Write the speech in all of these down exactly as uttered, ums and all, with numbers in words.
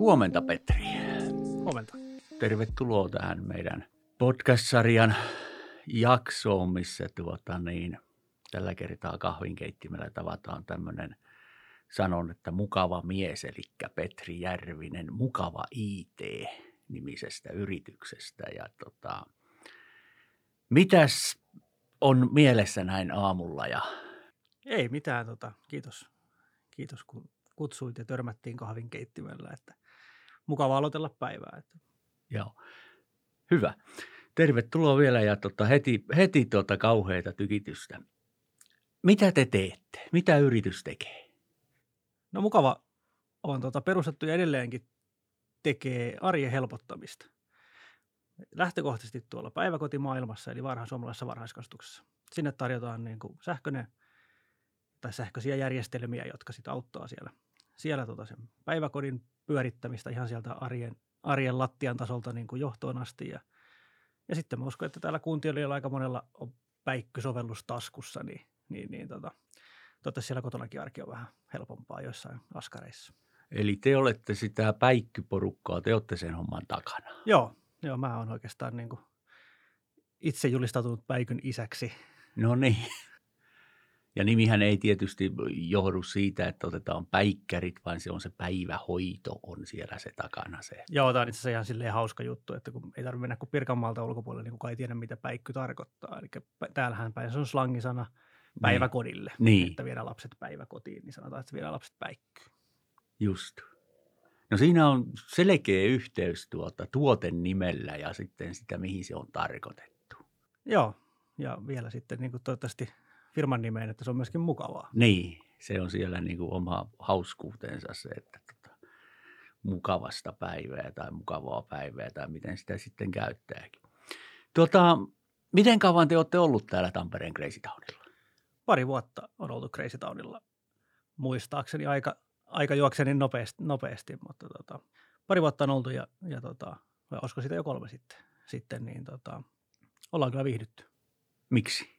Huomenta, Petri. Huomenta. Tervetuloa tähän meidän podcast-sarjan jaksoon, missä tuota niin, tällä kertaa kahvinkeittimellä tavataan tämmöinen sanon, että mukava mies, eli Petri Järvinen, Mukava I T-nimisestä yrityksestä. Ja tota, mitäs on mielessä näin aamulla? Ja... Ei mitään, tota, kiitos. Kiitos kun kutsuit ja törmättiin kahvinkeittimellä, että mukava aloitella päivää. Että. Joo, hyvä. Tervetuloa vielä ja tota, heti, heti tuota kauheita tykitystä. Mitä te teette? Mitä yritys tekee? No Mukava on tota, perustettu ja edelleenkin tekee arjen helpottamista. Lähtökohtaisesti tuolla päiväkotimaailmassa eli varhaisuomalaisessa varhaiskasvatuksessa. Sinne tarjotaan niin kuin sähköinen tai sähköisiä järjestelmiä, jotka sitten auttaa siellä, siellä tota sen päiväkodin pyörittämistä ihan sieltä arjen, arjen lattian tasolta niin kuin johtoon asti. Ja, ja sitten mä uskon, että täällä kuuntelijoilla aika monella on päikkysovellus taskussa, niin, niin, niin tota, toivottavasti siellä kotonakin arki on vähän helpompaa joissain askareissa. Eli te olette sitä päikkyporukkaa, te olette sen homman takana. Joo, joo mä oon oikeastaan niin kuin itse julistautunut päikyn isäksi. No niin. Ja nimihän ei tietysti johdu siitä, että otetaan päikkärit, vaan se on se päivähoito on siellä se takana se. Joo, tämä on itse asiassa ihan silleen hauska juttu, että kun ei tarvitse mennä kuin Pirkanmaalta ulkopuolelle, niin kukaan ei tiedä, mitä päikky tarkoittaa. Eli täällähän päin se on slangisana päiväkodille, niin. Että viedään lapset päiväkotiin, niin sanotaan, että viedään lapset päikkyyn. Just. No siinä on selkeä yhteys tuota tuoten nimellä ja sitten sitä, mihin se on tarkoitettu. Joo, ja vielä sitten niin kuin toivottavasti firman nimeen, että se on myöskin mukavaa. Niin, se on siellä niin kuin oma hauskuutensa se, että tota, mukavasta päivää tai mukavaa päivää tai miten sitä sitten käyttääkin. Tuota, miten kauan te olette ollut täällä Tampereen Crazy Townilla? Pari vuotta on oltu Crazy Townilla. Muistaakseni aika, aika juokseni nopeasti, nopeasti mutta tota, pari vuotta on oltu ja, ja tota, vai olisiko siitä jo kolme sitten, sitten niin tota, ollaan kyllä viihdytty. Miksi?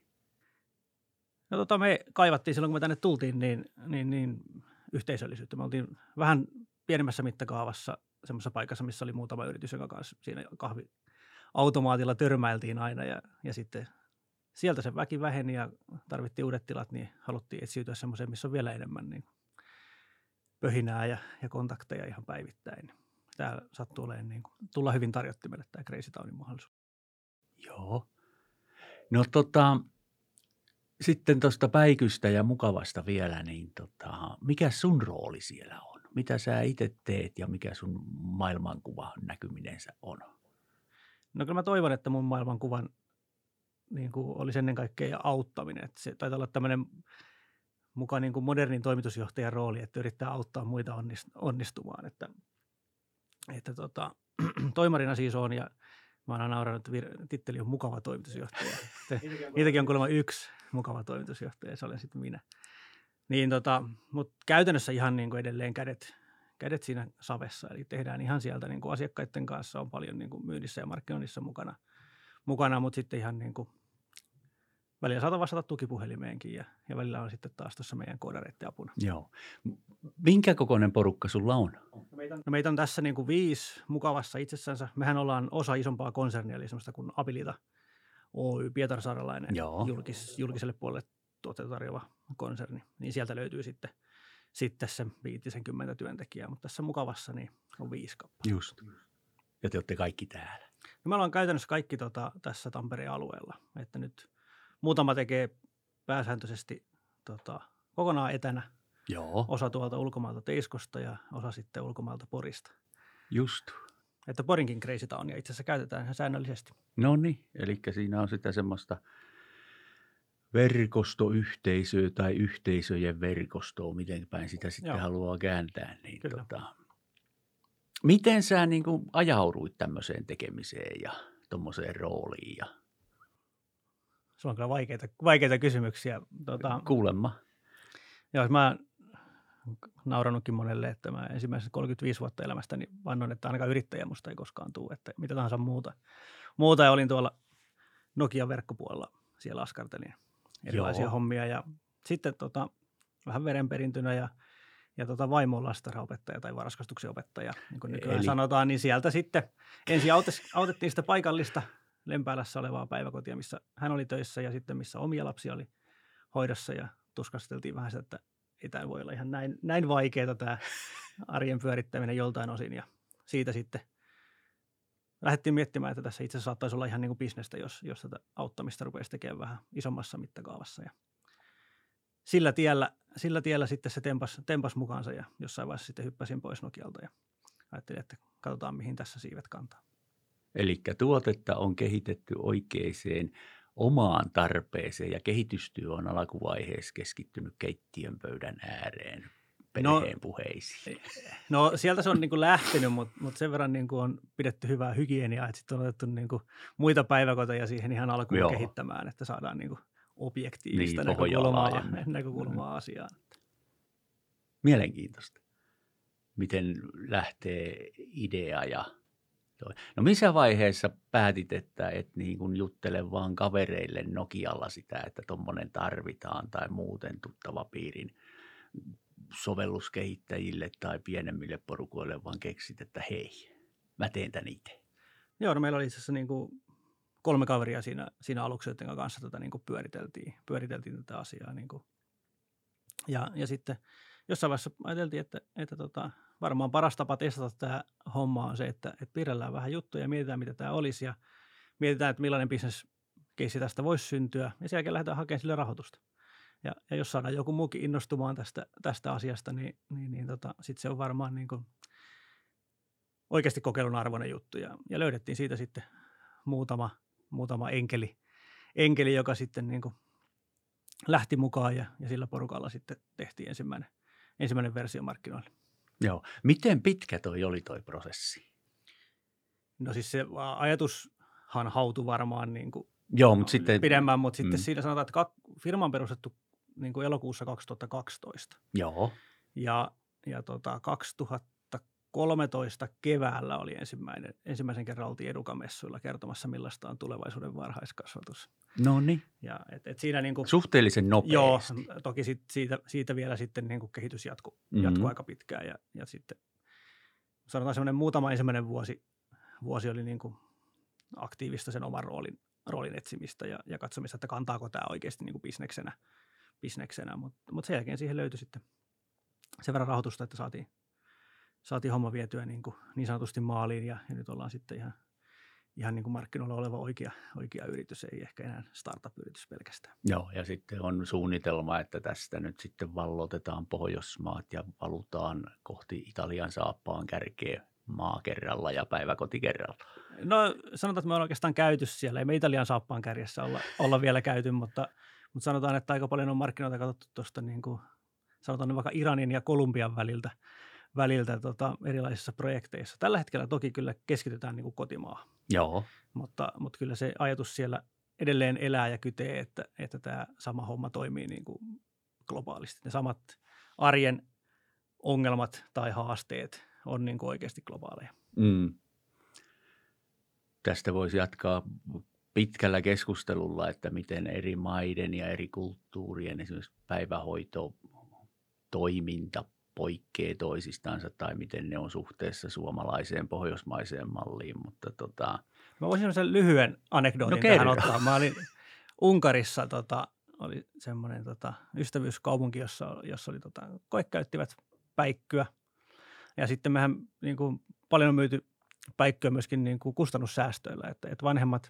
No tota, me kaivattiin silloin, kun me tänne tultiin, niin, niin, niin yhteisöllisyyttä. Me oltiin vähän pienemmässä mittakaavassa semmoisessa paikassa, missä oli muutama yritys, joka kanssa siinä kahviautomaatilla törmäiltiin aina. Ja, ja sitten sieltä se väki väheni ja tarvittiin uudet tilat, niin haluttiin etsiytyä semmoiseen, missä on vielä enemmän niin pöhinää ja, ja kontakteja ihan päivittäin. Täällä sattuu olemaan niin kuin, tulla hyvin tarjottimelle tämä Crazy Townin mahdollisuus. Joo. No tota... Sitten tuosta päikystä ja mukavasta vielä, niin tota, mikä sun rooli siellä on? Mitä sä itse teet ja mikä sun maailmankuva näkyminensä on? No kyllä mä toivon, että mun maailmankuvan niin kuin olisi ennen kaikkea auttaminen. Että se taitaa olla tämmöinen mukaan niin kuin modernin toimitusjohtajan rooli, että yrittää auttaa muita onnistumaan. Että, että tota, toimarina siis on ja mä oon aina naurannut, että titteli on mukava toimitusjohtaja. Niitäkin on kuulemma yksi mukava toimitusjohtaja ja se olen sitten minä. Niin tota, mutta käytännössä ihan niin kuin edelleen kädet, kädet siinä savessa. Eli tehdään ihan sieltä niin kuin asiakkaiden kanssa on paljon niin kuin myynnissä ja markkinoinnissa mukana, mukana mutta sitten ihan niin kuin välillä saatan vastata tukipuhelimeenkin ja, ja välillä on sitten taas tuossa meidän koodareiden apuna. Joo. Minkä kokoinen porukka sulla on? No meitä on, no meitä on tässä niin kuin viisi mukavassa itsessänsä. Mehän ollaan osa isompaa konsernia, eli semmoista kuin Abilita Oy, Pietarsaarelainen julkis, julkiselle puolelle tuotteita tarjoava konserni. Niin sieltä löytyy sitten, sitten se viitisenkymmentä työntekijää, mutta tässä mukavassa niin on viisi kappaletta. Just. Ja te olette kaikki täällä. No me ollaan käytännössä kaikki tota, tässä Tampereen alueella, että nyt muutama tekee pääsääntöisesti tota, kokonaan etänä. Joo. Osa tuolta ulkomaalta Teiskosta ja osa sitten ulkomaalta Porista. Just. Että Porinkin Crazy Townia itse asiassa käytetään ihan säännöllisesti. No niin, eli siinä on sitä semmoista verkostoyhteisöä tai yhteisöjen verkostoa, miten päin sitä sitten Joo. haluaa kääntää. Niin tota, miten sä niin kuin ajauduit tämmöiseen tekemiseen ja tuommoiseen rooliin? Ja... Sulla on kyllä vaikeita, vaikeita kysymyksiä. Tota, Kuulemma. Joo, mä nauranutkin monelle, että mä ensimmäiset kolmekymmentäviisi vuotta elämästäni vannon, että ainakaan yrittäjä musta ei koskaan tule, että mitä tahansa muuta. Muuta ja olin tuolla Nokian verkkopuolella, siellä askartelin erilaisia Joo. hommia ja sitten tota, vähän verenperintynä ja ja tota vaimo on lastentarhaopettaja tai varhaiskasvatuksen opettaja, niin kuin nykyään Eli... sanotaan, niin sieltä sitten ensin autettiin sitä paikallista Lempäälässä olevaa päiväkotia, missä hän oli töissä ja sitten missä omia lapsia oli hoidossa ja tuskasteltiin vähän sitä, että ei tämä voi olla ihan näin, näin vaikeaa tämä arjen pyörittäminen joltain osin ja siitä sitten lähdettiin miettimään, että tässä itse asiassa saattaisi olla ihan niin kuin bisnestä, jos, jos tätä auttamista rupeaisi tekemään vähän isommassa mittakaavassa ja sillä tiellä, sillä tiellä sitten se tempas, tempas mukaansa ja jossain vaiheessa sitten hyppäsin pois Nokialta ja ajattelin, että katsotaan mihin tässä siivet kantaa. Eli tuotetta on kehitetty oikeaan omaan tarpeeseen ja kehitystyö on alkuvaiheessa keskittynyt keittiön pöydän ääreen perheen no, puheisiin. No sieltä se on niin kuin lähtenyt, mutta, mutta sen verran niin kuin on pidetty hyvää hygieniaa, että sitten on otettu niin kuin muita päiväkoteja siihen ihan alkuun Joo. kehittämään, että saadaan niin kuin objektiivista niin, näkökulmaa, ja, näkökulmaa mm. asiaan. Mielenkiintoista. Miten lähtee idea ja toi. No missä vaiheessa päätit, että et niin kuin juttele vaan kavereille Nokialla sitä, että tommonen tarvitaan tai muuten tuttava piirin sovelluskehittäjille tai pienemmille porukoille, vaan keksit, että hei, mä teen tän itse. Joo, no meillä oli itse asiassa niin kuin kolme kaveria siinä, siinä aluksi, joiden kanssa tätä niin kuin pyöriteltiin, pyöriteltiin tätä asiaa. Niin kuin. Ja, ja sitten jossain vaiheessa ajateltiin, että, että tota, varmaan paras tapa testata tämä homma on se, että, että piirrellään vähän juttuja ja mietitään, mitä tämä olisi ja mietitään, että millainen bisneskeissi tästä voisi syntyä ja sen jälkeen lähdetään hakemaan sille rahoitusta. Ja, ja jos saadaan joku muukin innostumaan tästä, tästä asiasta, niin, niin, niin tota, sitten se on varmaan niin kuin oikeasti kokeilun arvoinen juttu. Ja, ja löydettiin siitä sitten muutama, muutama enkeli, enkeli, joka sitten niin kuin lähti mukaan ja, ja sillä porukalla sitten tehtiin ensimmäinen, ensimmäinen versio markkinoille. Joo. Miten pitkä toi oli toi prosessi? No siis se ajatushan hautui varmaan niin kuin Joo, mutta sitten, pidemmän, mutta sitten mm. siinä sanotaan, että firma on perustettu niin kuin elokuussa kaksituhattakaksitoista. Joo. Ja, ja tota, kaksituhattakolmetoista keväällä oli ensimmäinen, ensimmäisen kerran oltiin Educa-messuilla kertomassa, millaista on tulevaisuuden varhaiskasvatus. No niin. Ja, et, et siinä niin kuin, suhteellisen nopeasti. Joo, toki sit, siitä, siitä vielä sitten niin kuin kehitys jatkui, mm-hmm. jatkui aika pitkään. Ja, ja sitten sanotaan semmoinen muutama ensimmäinen vuosi, vuosi oli niin kuin aktiivista sen oman roolin, roolin etsimistä ja, ja katsomista, että kantaako tämä oikeasti niin kuin bisneksenä. bisneksenä. Mutta mut sen jälkeen siihen löytyi sitten sen verran rahoitusta, että saatiin, saatiin homma vietyä niin, kuin niin sanotusti maaliin ja, ja nyt ollaan sitten ihan, ihan niin kuin markkinoilla oleva oikea, oikea yritys, ei ehkä enää startup-yritys pelkästään. Joo, ja sitten on suunnitelma, että tästä nyt sitten vallotetaan Pohjoismaat ja valutaan kohti Italian saappaan kärkeä maa kerralla ja päiväkoti kerralla. No sanotaan, että me ollaan oikeastaan käyty siellä. Ei me Italian saappaan kärjessä olla, olla vielä käyty, mutta, mutta sanotaan, että aika paljon on markkinoita katsottu tuosta niin kuin, sanotaan vaikka Iranin ja Kolumbian väliltä, väliltä tota, erilaisissa projekteissa. Tällä hetkellä toki kyllä keskitytään niin kuin kotimaahan. Joo. Mutta, mutta kyllä se ajatus siellä edelleen elää ja kytee, että, että tämä sama homma toimii niin kuin globaalisti. Ne samat arjen ongelmat tai haasteet on niin kuin oikeasti globaaleja. Mm. Tästä voisi jatkaa pitkällä keskustelulla, että miten eri maiden ja eri kulttuurien esimerkiksi päivähoito, toiminta poikkeaa toisistansa tai miten ne on suhteessa suomalaiseen pohjoismaiseen malliin, mutta tota... Mä voisin sellaisen lyhyen anekdootin no, tähän ottaa. Mä olin Unkarissa, tota, oli semmoinen tota, ystävyyskaupunki, jossa, jossa oli, tota, koekäyttivät päikkyä. Ja sitten mehän niin kuin, paljon on myyty päikkyä myöskin niin kuin kustannussäästöillä, että, että vanhemmat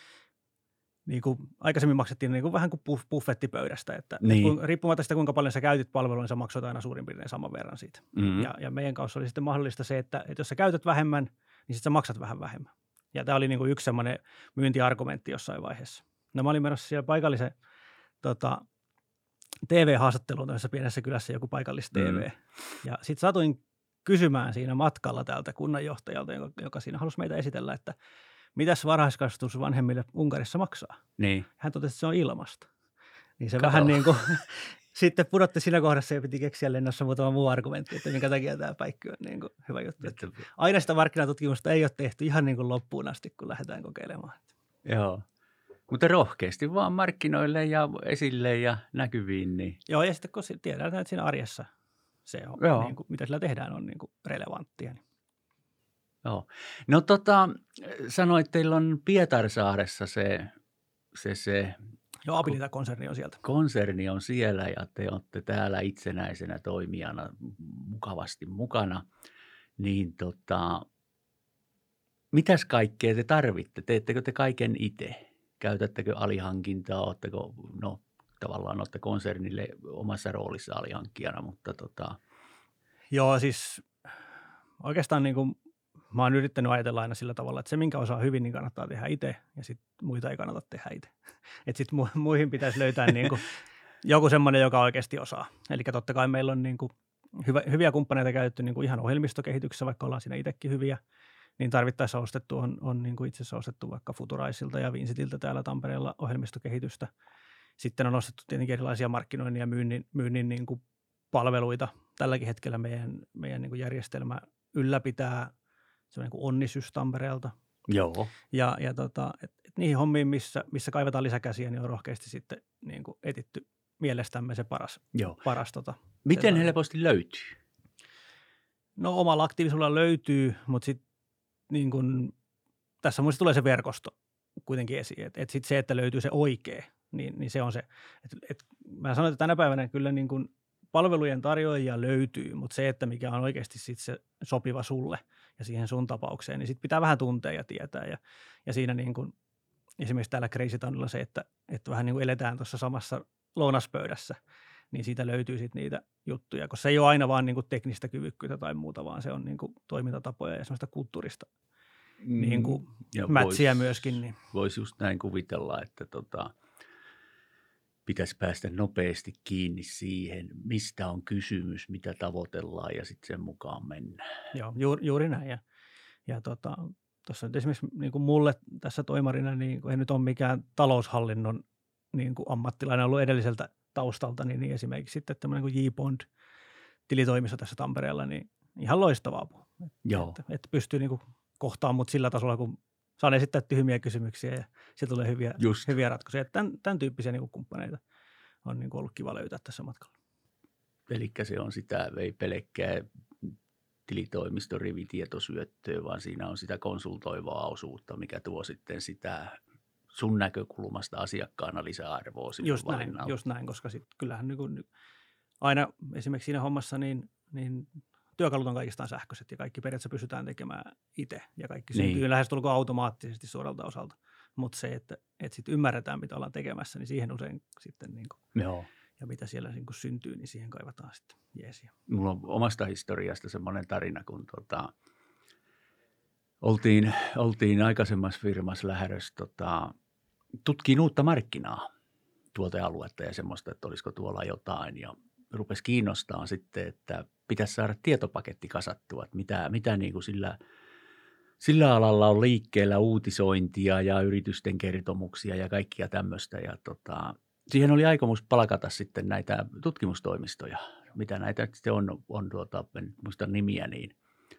niin kuin, aikaisemmin maksettiin niin kuin, vähän kuin buffettipöydästä, että, niin. että riippumatta sitä, kuinka paljon sä käytit palvelua, niin sä maksat aina suurin piirtein saman verran siitä. Mm-hmm. Ja, ja meidän kanssa oli sitten mahdollista se, että, että jos sä käytät vähemmän, niin sitten sä maksat vähän vähemmän. Ja tämä oli niin kuin yksi semmoinen myyntiargumentti jossain vaiheessa. No mä olin menossa siellä paikallisen tota, T V-haastatteluun tämmöisessä pienessä kylässä, joku paikallis-T V. Mm. Ja sitten satuin kysymään siinä matkalla täältä kunnanjohtajalta, joka, joka siinä halusi meitä esitellä, että mitäs varhaiskasvatus vanhemmille Unkarissa maksaa. Niin. Hän totesi, että se on ilmasta. Niin se Kato. vähän niin kuin sitten pudotti siinä kohdassa ja piti keksiä lennossa muutama muu argumentti, että minkä takia tämä päikky on niin kuin hyvä juttu. Että aina sitä markkinatutkimusta ei ole tehty ihan niin kuin loppuun asti, kun lähdetään kokeilemaan. Joo, mutta rohkeasti vaan markkinoille ja esille ja näkyviin. Niin. Joo, ja sitten kun tiedään, että siinä arjessa se on, Joo. niin kuin, mitä sillä tehdään, on niin kuin relevanttia. Niin. Joo. No tota, sanoit, että teillä on Pietarsaaressa se, se, se Joo, Abilita-konserni on sieltä. konserni on siellä ja te olette täällä itsenäisenä toimijana mukavasti mukana. Niin tota, mitäs kaikkea te tarvitte? Teettekö te kaiken itse? Käytättekö alihankintaa? Oletteko, no tavallaan olette konsernille omassa roolissa alihankkijana, mutta tota... Joo, siis oikeastaan niin kuin mä oon yrittänyt ajatella aina sillä tavalla, että se minkä osaa hyvin, niin kannattaa tehdä itse ja sitten muita ei kannata tehdä itse. Että sitten mu- muihin pitäisi löytää niin kuin joku semmoinen, joka oikeasti osaa. Eli totta kai meillä on niin kuin hyvä, hyviä kumppaneita käytetty niin kuin ihan ohjelmistokehityksessä, vaikka ollaan siinä itsekin hyviä. Niin tarvittaessa ostettu on, on niin kuin itse asiassa ostettu vaikka Futuraisilta ja Vincitiltä täällä Tampereella ohjelmistokehitystä. Sitten on ostettu tietenkin erilaisia markkinoinnin ja myynnin, myynnin niin kuin palveluita. Tälläkin hetkellä meidän, meidän niin kuin järjestelmä ylläpitää semmoinen kuin Onnisys Tampereelta. Joo. Ja, ja tota, et, et niihin hommiin, missä, missä kaivetaan lisäkäsiä, niin on rohkeasti sitten niin kuin etitty mielestämme se paras. Joo. paras tota, Miten sellainen helposti löytyy? No omalla aktiivisuudella löytyy, mutta sitten niin kuin, tässä muista tulee se verkosto kuitenkin esiin. Että et sitten se, että löytyy se oikea, niin, niin se on se. Et, et, mä sanoin, että tänä päivänä kyllä niin kuin palvelujen tarjoajia löytyy, mutta se, että mikä on oikeasti sit se sopiva sulle ja siihen sun tapaukseen, niin sitten pitää vähän tuntea ja tietää. Ja, ja siinä niin kuin, esimerkiksi täällä Crazy Townilla se, että, että vähän niin kuin eletään tuossa samassa lounaspöydässä, niin siitä löytyy sitten niitä juttuja, koska se ei ole aina vaan niin kuin teknistä kyvykkyyttä tai muuta, vaan se on niin kuin toimintatapoja ja semmoista kulttuurista mm, niin kuin mätsiä myöskin. Niin. Voisi just näin kuvitella, että tota, pitäisi päästä nopeasti kiinni siihen, mistä on kysymys, mitä tavoitellaan ja sitten sen mukaan mennään. Joo, juuri, juuri näin. Ja, ja tota, tuossa nyt esimerkiksi niin kuin mulle tässä toimarina, niin ei nyt ole mikään taloushallinnon niin kuin ammattilainen ollut edelliseltä taustalta, niin, niin esimerkiksi sitten tämmöinen kuin J-Bond tilitoimisto tässä Tampereella, niin ihan loistava apu. Joo. Että, että pystyy niin kuin kohtaamaan mut sillä tasolla, kun saan esittää tyhmiä kysymyksiä ja sieltä tulee hyviä, hyviä ratkaisuja. Tämän, tämän tyyppisiä niin kuin kumppaneita on niin kuin ollut kiva löytää tässä matkalla. Eli se on sitä, ei pelkkää tilitoimiston rivitietosyöttöä, vaan siinä on sitä konsultoivaa osuutta, mikä tuo sitten sitä sun näkökulmasta asiakkaana lisäarvoa sille just valinnalle. Näin, just näin, koska sit kyllähän niin kuin aina esimerkiksi siinä hommassa niin, niin työkalut on kaikistaan sähköiset ja kaikki periaatteessa pystytään tekemään itse ja kaikki syntyy niin lähestulkoon automaattisesti suurelta osalta. Mutta se, että, että sitten ymmärretään, mitä ollaan tekemässä, niin siihen usein sitten, niin kuin, Joo. ja mitä siellä niin kuin syntyy, niin siihen kaivataan sitten jeesiä. Mulla on omasta historiasta semmoinen tarina, kun tota, oltiin, oltiin aikaisemmassa firmassa lähdössä tota, tutkiin uutta markkinaa tuotealuetta ja semmoista, että olisiko tuolla jotain ja rupesi kiinnostaa sitten, että pitäisi saada tietopaketti kasattua, että mitä, mitä niin kuin sillä, sillä alalla on liikkeellä uutisointia ja yritysten kertomuksia ja kaikkia tämmöistä. Ja tota, siihen oli aikomus palkata sitten näitä tutkimustoimistoja, mitä näitä sitten on, on tuota, en muista nimiä, niin,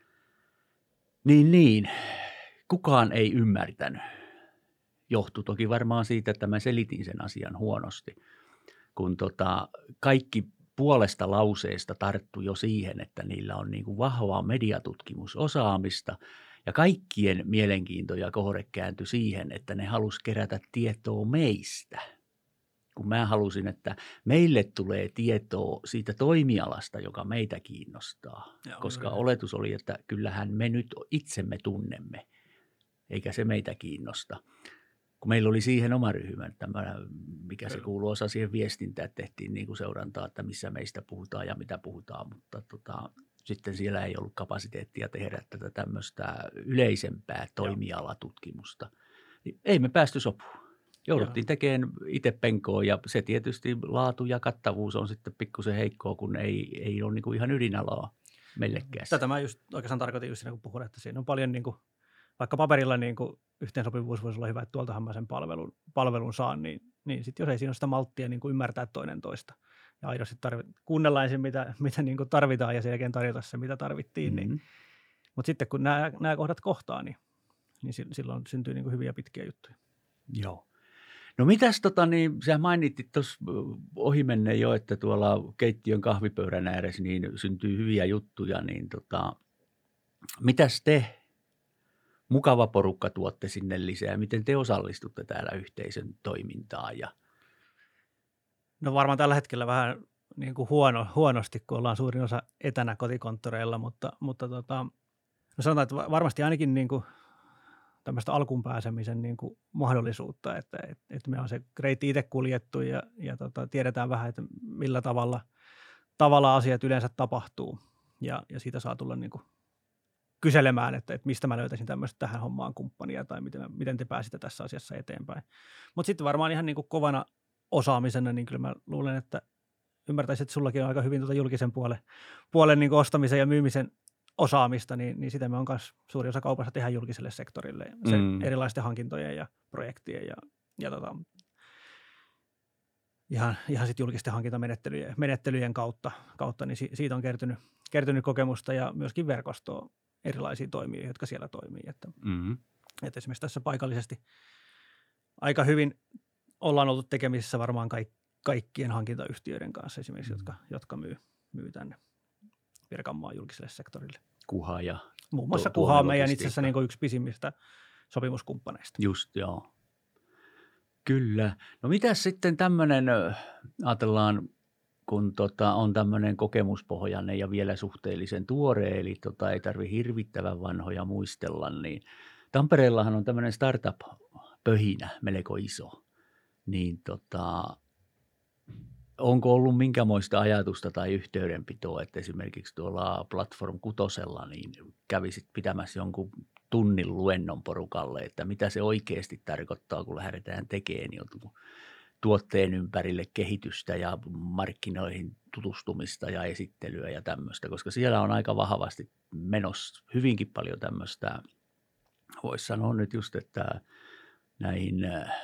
niin, niin kukaan ei ymmärtänyt. Johtui toki varmaan siitä, että mä selitin sen asian huonosti, kun tota, kaikki puolesta lauseesta tarttui jo siihen, että niillä on niin kuin vahvaa mediatutkimusosaamista ja kaikkien mielenkiinto ja kohde kääntyi siihen, että ne halusi kerätä tietoa meistä. Kun mä halusin, että meille tulee tietoa siitä toimialasta, joka meitä kiinnostaa, ja koska on oletus oli, että kyllähän me nyt itsemme tunnemme, eikä se meitä kiinnosta. Kun meillä oli siihen oma ryhmä, mikä se kuuluu osa siihen viestintään, että tehtiin niin kuin seurantaa, että missä meistä puhutaan ja mitä puhutaan, mutta tota, sitten siellä ei ollut kapasiteettia tehdä tätä tämmöistä yleisempää toimialatutkimusta. Niin ei me päästy sopuun. Jouduttiin tekemään itse penkoon ja se tietysti laatu ja kattavuus on sitten pikkusen heikkoa, kun ei, ei ole niin kuin ihan ydinaloa meillekään. Tätä mä just oikeastaan tarkoitin just siinä, kun puhun, että siinä on paljon niin kuin, vaikka paperilla niin kuin yhteensopivuus voisi olla hyvä, että tuoltahan mä sen palvelun, palvelun saan, niin, niin sitten jos ei siinä ole sitä malttia niin kuin ymmärtää toinen toista ja aidosti tarvit, kuunnella ensin, mitä, mitä niin kuin tarvitaan ja sen jälkeen tarjota se, mitä tarvittiin. Mm-hmm. Niin, mutta sitten kun nämä, nämä kohdat kohtaa, niin, niin silloin syntyy niin kuin hyviä pitkiä juttuja. Joo. No mitäs tota niin, sä mainittit tuossa ohimenne jo, että tuolla keittiön kahvipöydän ääressä niin syntyy hyviä juttuja, niin tota, mitäs te mukava porukka tuotte sinne lisää? Miten te osallistutte täällä yhteisön toimintaan? Ja... No varmaan tällä hetkellä vähän niin kuin huono, huonosti, kun ollaan suurin osa etänä kotikonttoreilla, mutta, mutta tota, no sanotaan, että varmasti ainakin niin kuin tämmöistä alkuun pääsemisen niin kuin mahdollisuutta, että, että, että me on se reitti itse kuljettu ja, ja tota, tiedetään vähän, että millä tavalla, tavalla asiat yleensä tapahtuu ja, ja siitä saa tulla niin kuin kyselemään, että, että mistä mä löytäisin tämmöistä tähän hommaan kumppania tai miten, miten te pääsitte tässä asiassa eteenpäin. Mutta sitten varmaan ihan niin kuin kovana osaamisena, niin kyllä mä luulen, että ymmärtäisin, että sullakin on aika hyvin tuota julkisen puolen, puolen niin kuin ostamisen ja myymisen osaamista, niin, niin sitä me on myös suuri osa kaupassa tehdä julkiselle sektorille se mm. erilaisten hankintojen ja projektien ja, ja tota, ihan, ihan sit julkisten hankintamenettelyjen menettelyjen kautta, kautta niin si, siitä on kertynyt, kertynyt kokemusta ja myöskin verkostoa erilaisia toimijoita, jotka siellä toimii. Että, mm. että esimerkiksi tässä paikallisesti aika hyvin ollaan oltu tekemisissä varmaan kaik, kaikkien hankintayhtiöiden kanssa esimerkiksi, mm. jotka, jotka myy, myy tänne Pirkanmaan julkiselle sektorille. Kuha ja muun muassa Kuha on meidän itse asiassa niin kuin yksi pisimmistä sopimuskumppaneista. Just, joo. Kyllä. No mitäs sitten tämmöinen, ajatellaan, kun tota, on tämmöinen kokemuspohjainen ja vielä suhteellisen tuore, eli tota, ei tarvitse hirvittävän vanhoja muistella, niin Tampereellahan on tämmöinen startup-pöhinä melko iso. Niin tota, onko ollut minkämoista ajatusta tai yhteydenpitoa, että esimerkiksi tuolla Platform kutosella niin kävisit pitämässä jonkun tunnin luennon porukalle, että mitä se oikeasti tarkoittaa, kun lähdetään tekemään niin tuotteen ympärille kehitystä ja markkinoihin tutustumista ja esittelyä ja tämmöistä, koska siellä on aika vahvasti menossa hyvinkin paljon tämmöistä, voisi sanoa nyt just, että näihin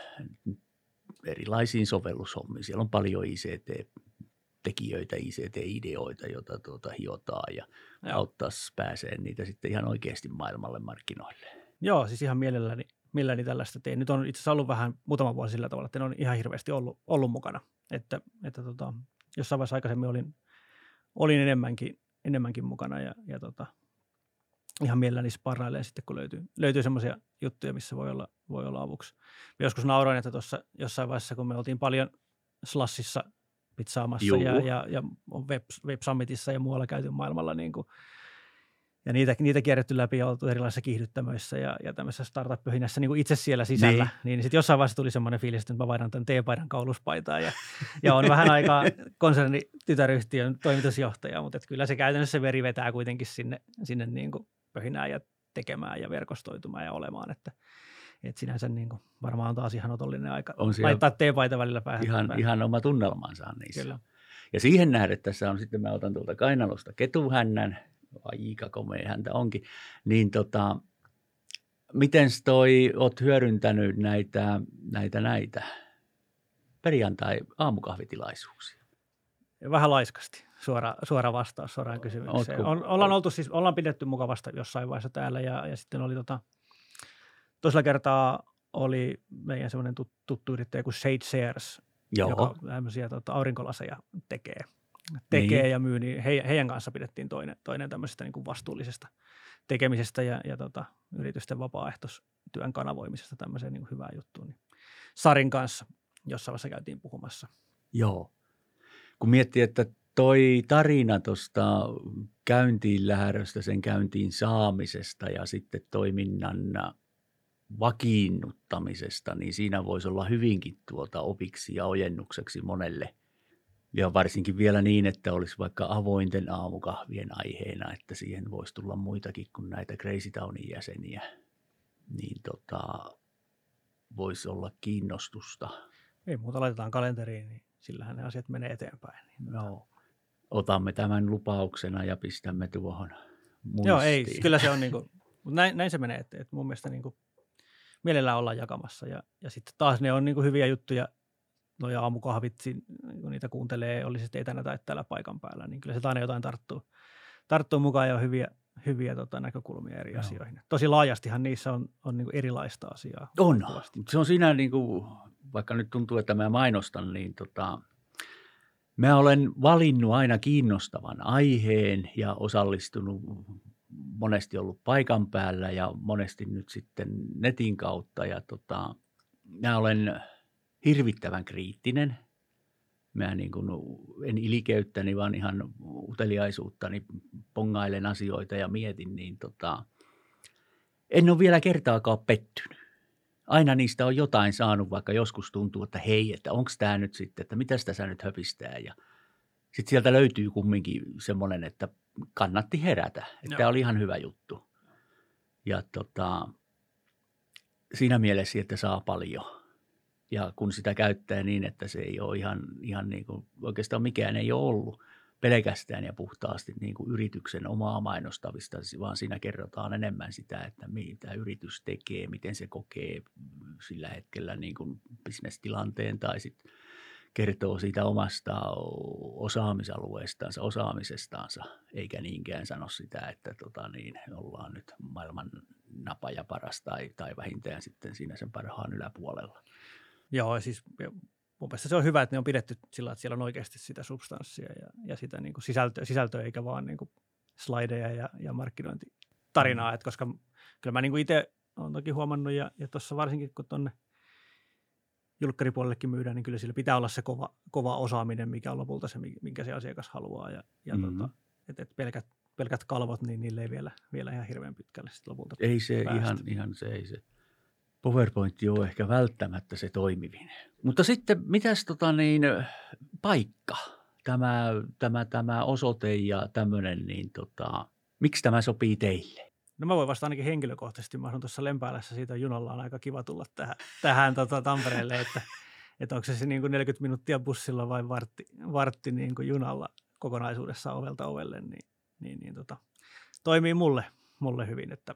erilaisiin sovellushommiin. Siellä on paljon I C T-tekijöitä, I C T-ideoita, joita tuota hiotaan ja auttaisi pääsee niitä sitten ihan oikeasti maailmalle markkinoille. Joo, siis ihan mielelläni, mielelläni tällaista tein. Nyt on itse asiassa ollut vähän muutama vuosi sillä tavalla, että en ole ihan hirveästi ollut, ollut mukana. Että, että tota, jossain vaiheessa aikaisemmin olin, olin enemmänkin, enemmänkin mukana ja, ja tota, ihan mielelläni sparrailee sitten, kun löytyy, löytyy semmoisia juttuja, missä voi olla, voi olla avuksi. Mä joskus nauroin, että tuossa jossain vaiheessa, kun me oltiin paljon Slashissa pitsaamassa ja, ja, ja Web, Web Summitissa ja muualla käyty maailmalla, niin kuin, ja niitä, niitä kierretty läpi ja oltu erilaisissa kiihdyttämöissä ja, ja tämmöisessä startup-pöhinässä niin kuin itse siellä sisällä, niin, niin sitten jossain vaiheessa tuli semmoinen fiilis, että mä vaihdan tämän T-paidan kauluspaitaan ja, ja on vähän aikaa konsernitytäryhtiön toimitusjohtaja, mutta kyllä se käytännössä veri vetää kuitenkin sinne, sinne niin kuin pöhinään ja tekemään ja verkostoitumaan ja olemaan, että et sinänsä niin kuin varmaan on taas ihan otollinen aika on laittaa T-paita välillä päähän. Ihan, päähän. ihan oma tunnelmansa on niissä. Kyllä. Ja siihen nähden tässä on sitten, mä otan tuolta kainalosta ketuhännän, aika komea häntä onkin, niin tota, miten toi, oot hyödyntänyt näitä, näitä, näitä perjantai-aamukahvitilaisuuksia? Vähän laiskasti, suora, suora vastaus suoraan kysymykseen. On, ollaan, oltu siis, ollaan pidetty mukavasta jossain vaiheessa täällä ja, ja sitten oli tota, toisella kertaa oli meidän semmoinen tuttu yrittäjä kuin Shade Shares, Joo. joka tämmöisiä tota, aurinkolaseja tekee. tekee niin. ja myy, niin he, heidän kanssa pidettiin toinen, toinen tämmöisestä niin kuin vastuullisesta tekemisestä ja, ja tota, yritysten vapaaehtoistyön kanavoimisesta tämmöiseen niin kuin hyvään juttuun. Niin Sarin kanssa jossain vaiheessa käytiin puhumassa. Joo. Kun miettii, että toi tarina tuosta käyntiin lähdöstä, sen käyntiin saamisesta ja sitten toiminnan vakiinnuttamisesta, niin siinä voisi olla hyvinkin tuota opiksi ja ojennukseksi monelle. Ja varsinkin vielä niin, että olisi vaikka avointen aamukahvien aiheena, että siihen voisi tulla muitakin kuin näitä Crazy Townin jäseniä. Niin tota, voisi olla kiinnostusta. Ei muuta, laitetaan kalenteriin, niin sillähän ne asiat menee eteenpäin. No, otamme tämän lupauksena ja pistämme tuohon muistiin. Joo, ei, kyllä se on niin kuin, mutta näin, näin se menee, että, että mun mielestä niin kuin mielellään ollaan jakamassa. Ja, ja sitten taas ne on niin kuin hyviä juttuja, no ja aamukahvit, kun niitä kuuntelee, oli sitten etänä tai täällä paikan päällä, niin kyllä se aina jotain tarttuu, tarttuu mukaan ja on hyviä, hyviä tota, näkökulmia eri Joo. asioihin. Tosi laajastihan niissä on, on niin kuin erilaista asiaa. On, se on siinä niin kuin vaikka nyt tuntuu, että mä mainostan, niin tota, mä olen valinnut aina kiinnostavan aiheen ja osallistunut, monesti ollut paikan päällä ja monesti nyt sitten netin kautta. Ja tota, mä olen hirvittävän kriittinen. Mä niin kuin en ilikeyttäni, vaan ihan uteliaisuuttani pongailen asioita ja mietin, niin tota, en ole vielä kertaakaan pettynyt. Aina niistä on jotain saanut, vaikka joskus tuntuu, että hei, että onko tämä nyt sitten, että mitä tässä nyt höpistää. Ja sitten sieltä löytyy kumminkin semmoinen, että kannatti herätä, että tämä oli ihan hyvä juttu. Ja tota, siinä mielessä, että saa paljon. Ja kun sitä käyttää niin, että se ei ole ihan, ihan niin kuin, oikeastaan mikään ei ole ollut pelkästään ja puhtaasti niin kuin yrityksen omaa mainostavista, vaan siinä kerrotaan enemmän sitä, että mitä yritys tekee, miten se kokee sillä hetkellä niin kuin bisnestilanteen tai sitten kertoo siitä omasta osaamisalueestansa, osaamisestaansa, eikä niinkään sano sitä, että tota niin, ollaan nyt maailman napa ja paras tai, tai vähintään sitten siinä sen parhaan yläpuolella. Joo, siis mun mielestä se on hyvä, että ne on pidetty sillä, että siellä on oikeasti sitä substanssia ja, ja sitä niin kuin sisältöä, sisältöä, eikä vaan niin kuin slideja ja, ja markkinointitarinaa, mm. että koska kyllä mä niin kuin itse olen toki huomannut, ja, ja tuossa varsinkin kun tuonne julkkaripuolellekin myydään, niin kyllä sillä pitää olla se kova, kova osaaminen, mikä on lopulta se, minkä se asiakas haluaa, ja, ja mm-hmm. tota, että et pelkät, pelkät kalvot, niin niille ei vielä, vielä ihan hirveän pitkälle sitten lopulta Ei se ihan, ihan se, ei se. PowerPoint on ehkä välttämättä se toimivin. Mutta sitten mitäs tota niin, paikka, tämä, tämä, tämä osoite ja tämmöinen, niin tota, miksi tämä sopii teille? No mä voin vasta ainakin henkilökohtaisesti, mä asun tuossa Lempäälässä, siitä junalla on aika kiva tulla tähän, tähän tota, Tampereelle, että, että onko se se niin kuin neljäkymmentä minuuttia bussilla vai vartti, vartti niin kuin junalla kokonaisuudessa ovelta ovelle, niin, niin, niin tota, toimii mulle, mulle hyvin, että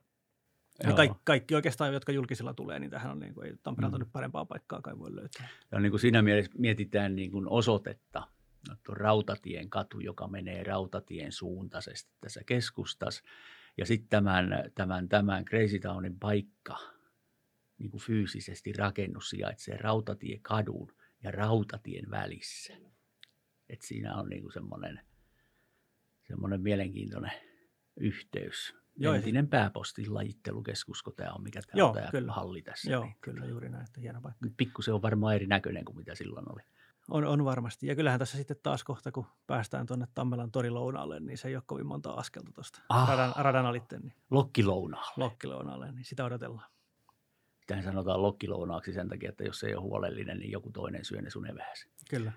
ja kaikki, kaikki oikeastaan, jotka julkisilla tulee, niin tähän on niin kuin, ei Tampereelta mm. nyt parempaa paikkaa kai voi löytää. Ja niin kuin siinä mielessä mietitään niin kuin osoitetta, että on Rautatien katu, joka menee Rautatien suuntaisesti tässä keskustassa. Ja sitten tämän, tämän, tämän Crazy Townin paikka, niin kuin fyysisesti rakennus sijaitsee Rautatiekadun ja Rautatien välissä. Et siinä on niin kuin semmoinen, semmoinen mielenkiintoinen yhteys. Joo, entinen pääpostin lajittelukeskus, kun tämä on, mikä tämä on tämä halli tässä. Joo, niin, kyllä, tota, juuri näin, että hieno paikka. Pikkusen on varmaan erinäköinen kuin mitä silloin oli. On, on varmasti. Ja kyllähän tässä sitten taas kohta, kun päästään tuonne Tammelan torilounaalle, niin se ei ole kovin monta askelta tuosta ah, radan, radan alitteen. Niin Lokkilounaalle. Lokkilounaalle, niin sitä odotellaan. Tähän sanotaan lokkilounaaksi sen takia, että jos ei ole huolellinen, niin joku toinen syö ne sun eväsi. Kyllä.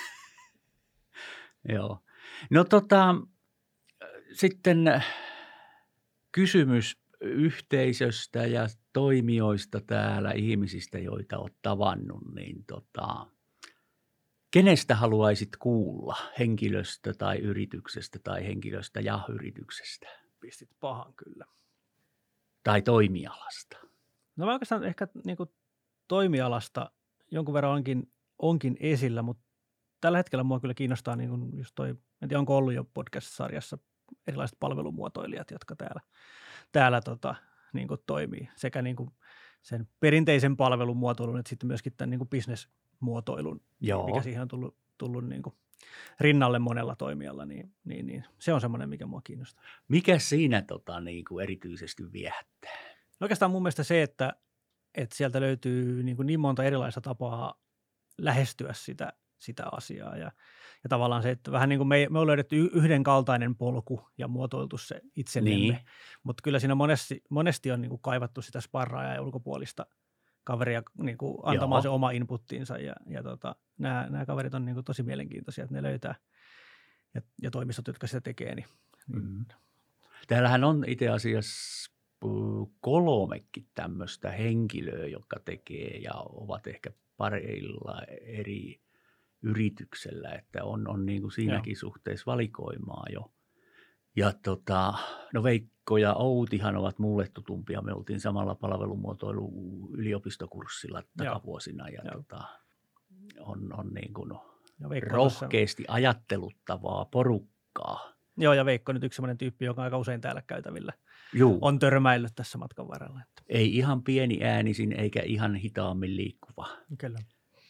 Joo. No tota, sitten kysymys yhteisöstä ja toimijoista täällä, ihmisistä, joita olet tavannut, niin tota, kenestä haluaisit kuulla, henkilöstä tai yrityksestä tai henkilöstä ja yrityksestä? Pistit pahan kyllä. Tai toimialasta? No mä oikeastaan ehkä niin kuin toimialasta jonkun verran onkin, onkin esillä, mutta tällä hetkellä mua kyllä kiinnostaa niin kuin just toi, en tiedä onko ollut jo podcast-sarjassa erilaiset palvelumuotoilijat, jotka täällä, täällä tota, niin kuin toimii. Sekä niin kuin sen perinteisen palvelumuotoilun, että sitten myöskin tämän niin kuin business-muotoilun, Joo. mikä siihen on tullut, tullut niin kuin rinnalle monella toimijalla, niin, niin, niin se on semmoinen, mikä mua kiinnostaa. Mikä siinä tota, niin kuin erityisesti viehättää? No oikeastaan mun mielestä se, että, että sieltä löytyy niin, kuin niin monta erilaista tapaa lähestyä sitä, sitä asiaa ja, ja tavallaan se, että vähän niin kuin me, me on löydetty yhdenkaltainen polku ja muotoiltu se itsellemme, niin. Mutta kyllä siinä monesti, monesti on niin kuin kaivattu sitä sparraa ja ulkopuolista kaveria niin kuin antamaan Joo. se oma inputtiinsa ja, ja tota, nämä, nämä kaverit on niin kuin tosi mielenkiintoisia, että ne löytää ja, ja toimistot, jotka sitä tekee. Niin, mm. Täällähän on itse asiassa kolmekin tämmöistä henkilöä, jotka tekee ja ovat ehkä pareilla eri yrityksellä, että on, on niin kuin siinäkin Joo. suhteessa valikoimaa jo. Ja tota, no Veikko ja Outihan ovat mulle tutumpia. Me oltiin samalla palvelumuotoilu yliopistokurssilla takavuosina ja tota, on, on niin kuin rohkeasti tuossa ajatteluttavaa porukkaa. Joo, ja Veikko nyt yksi sellainen tyyppi, joka on aika usein täällä käytävillä Juu. on törmäillyt tässä matkan varrella. Että. Ei ihan pieni äänisin eikä ihan hitaammin liikkuva. Kyllä.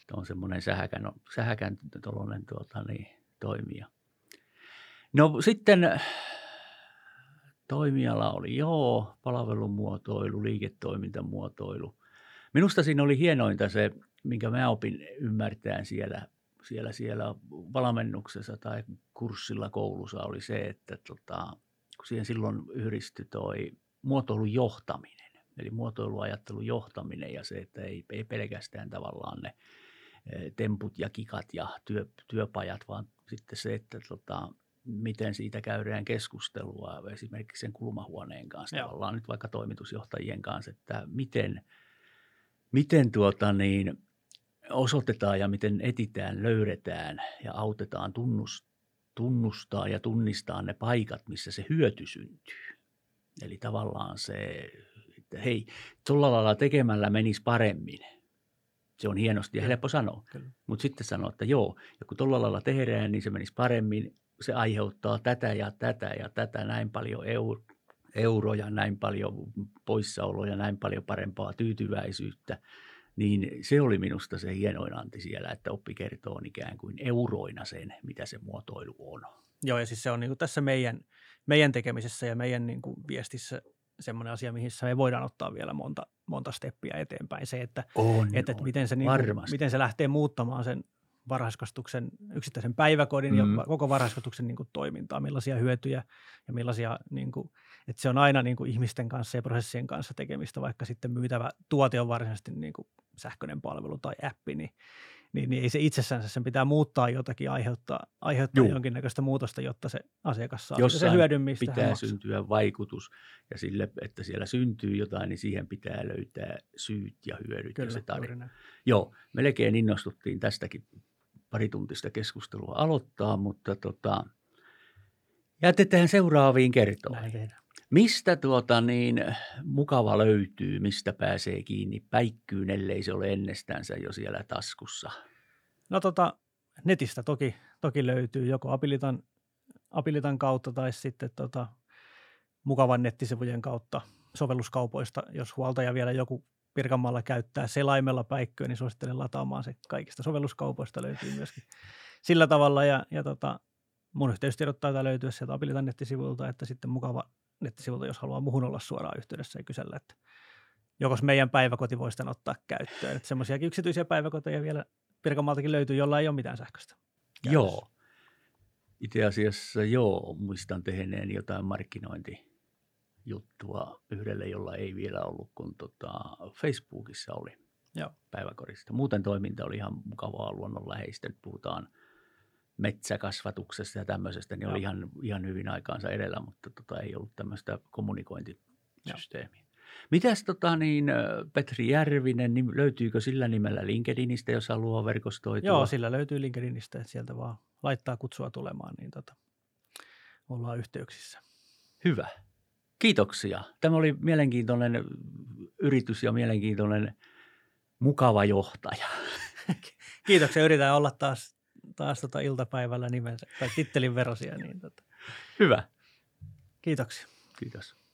on semmoinen sähäkän, sähäkän tolonen tuota, niin, toimija. No sitten toimiala oli joo, palvelumuotoilu, liiketoimintamuotoilu. Minusta siinä oli hienointa se, minkä mä opin ymmärtämään siellä, siellä, siellä valmennuksessa tai kurssilla koulussa oli se, että tota, kun siihen silloin yhdistyi toi muotoilun johtaminen, eli muotoiluajattelun johtaminen ja se, että ei, ei pelkästään tavallaan ne temput ja kikat ja työ, työpajat, vaan sitten se, että tota, miten siitä käydään keskustelua esimerkiksi sen kulmahuoneen kanssa, Joo. tavallaan nyt vaikka toimitusjohtajien kanssa, että miten, miten tuota niin, osoitetaan ja miten etitään, löydetään ja autetaan tunnus, tunnustaa ja tunnistaa ne paikat, missä se hyöty syntyy. Eli tavallaan se, että hei, tuolla lailla tekemällä menisi paremmin. Se on hienosti ja helppo sanoa, mutta sitten sanoo, että joo, ja kun tuolla lailla tehdään, niin se menisi paremmin. Se aiheuttaa tätä ja tätä ja tätä, näin paljon euro, euroja, näin paljon poissaoloja, näin paljon parempaa tyytyväisyyttä. Niin se oli minusta se hienoin anti siellä, että oppi kertoo ikään kuin euroina sen, mitä se muotoilu on. Joo, ja siis se on niin kuin tässä meidän, meidän tekemisessä ja meidän niin kuin viestissä semmoinen asia, mihin me voidaan ottaa vielä monta, monta steppiä eteenpäin. Se, että, on, että, että on, miten, se, niin kuin, miten se lähtee muuttamaan sen varhaiskasvatuksen, yksittäisen päiväkodin mm. ja koko varhaiskasvatuksen niin kuin toimintaa, millaisia hyötyjä ja millaisia, niin kuin, että se on aina niin kuin ihmisten kanssa ja prosessien kanssa tekemistä, vaikka sitten myytävä tuote on varsinaisesti niin kuin sähköinen palvelu tai appi, niin, niin, niin ei se itsessänsä, sen pitää muuttaa jotakin, aiheuttaa, aiheuttaa jonkinnäköistä muutosta, jotta se asiakas saa Jossain se hyödyn, mistä pitää syntyä vaikutus ja sille, että siellä syntyy jotain, niin siihen pitää löytää syyt ja hyödyt Kyllä, ja se tarina. Joo, melkein innostuttiin tästäkin parituntista keskustelua aloittaa, mutta tota, jätetään seuraaviin kertoihin. Näin tehdään. Mistä tuota niin mukava löytyy, mistä pääsee kiinni päikkyyn, ellei se ole ennestänsä jo siellä taskussa? No tota, netistä toki, toki löytyy joko Abilitan, Abilitan kautta tai sitten tota, mukavan nettisivujen kautta sovelluskaupoista. Jos huoltaja vielä joku Pirkanmaalla käyttää selaimella päikkyä, niin suosittelen lataamaan se kaikista sovelluskaupoista löytyy myöskin sillä tavalla. Ja, ja tota, mun yhteystiedot taitaa löytyä sieltä Abilitan nettisivuilta, että sitten mukava nettisivulta, jos haluaa muhun olla suoraan yhteydessä ja kysellä, että jokos meidän päiväkoti voi sitten ottaa käyttöön. Että semmoisiakin yksityisiä päiväkoteja vielä Pirkanmaaltakin löytyy, jolla ei ole mitään sähköistä käytössä. Joo. Itse asiassa joo, muistan tehneen jotain markkinointijuttua yhdelle, jolla ei vielä ollut, kun tota Facebookissa oli joo. päiväkodista. Muuten toiminta oli ihan mukavaa luonnonläheistä. Nyt puhutaan metsäkasvatuksesta ja tämmöisestä, niin Joo. oli ihan, ihan hyvin aikaansa edellä, mutta tota, ei ollut tämmöistä kommunikointisysteemiä. Joo. Mitäs tota, niin, Petri Järvinen, niin löytyykö sillä nimellä LinkedInistä, jos haluaa verkostoitua? Joo, sillä löytyy LinkedInistä, että sieltä vaan laittaa kutsua tulemaan, niin tota, ollaan yhteyksissä. Hyvä. Kiitoksia. Tämä oli mielenkiintoinen yritys ja mielenkiintoinen mukava johtaja. Kiitoksia. Yritän olla taas taas tota iltapäivällä nimensä tai tittelin verosia. Niin tota. Hyvä. Kiitoksia. Kiitos.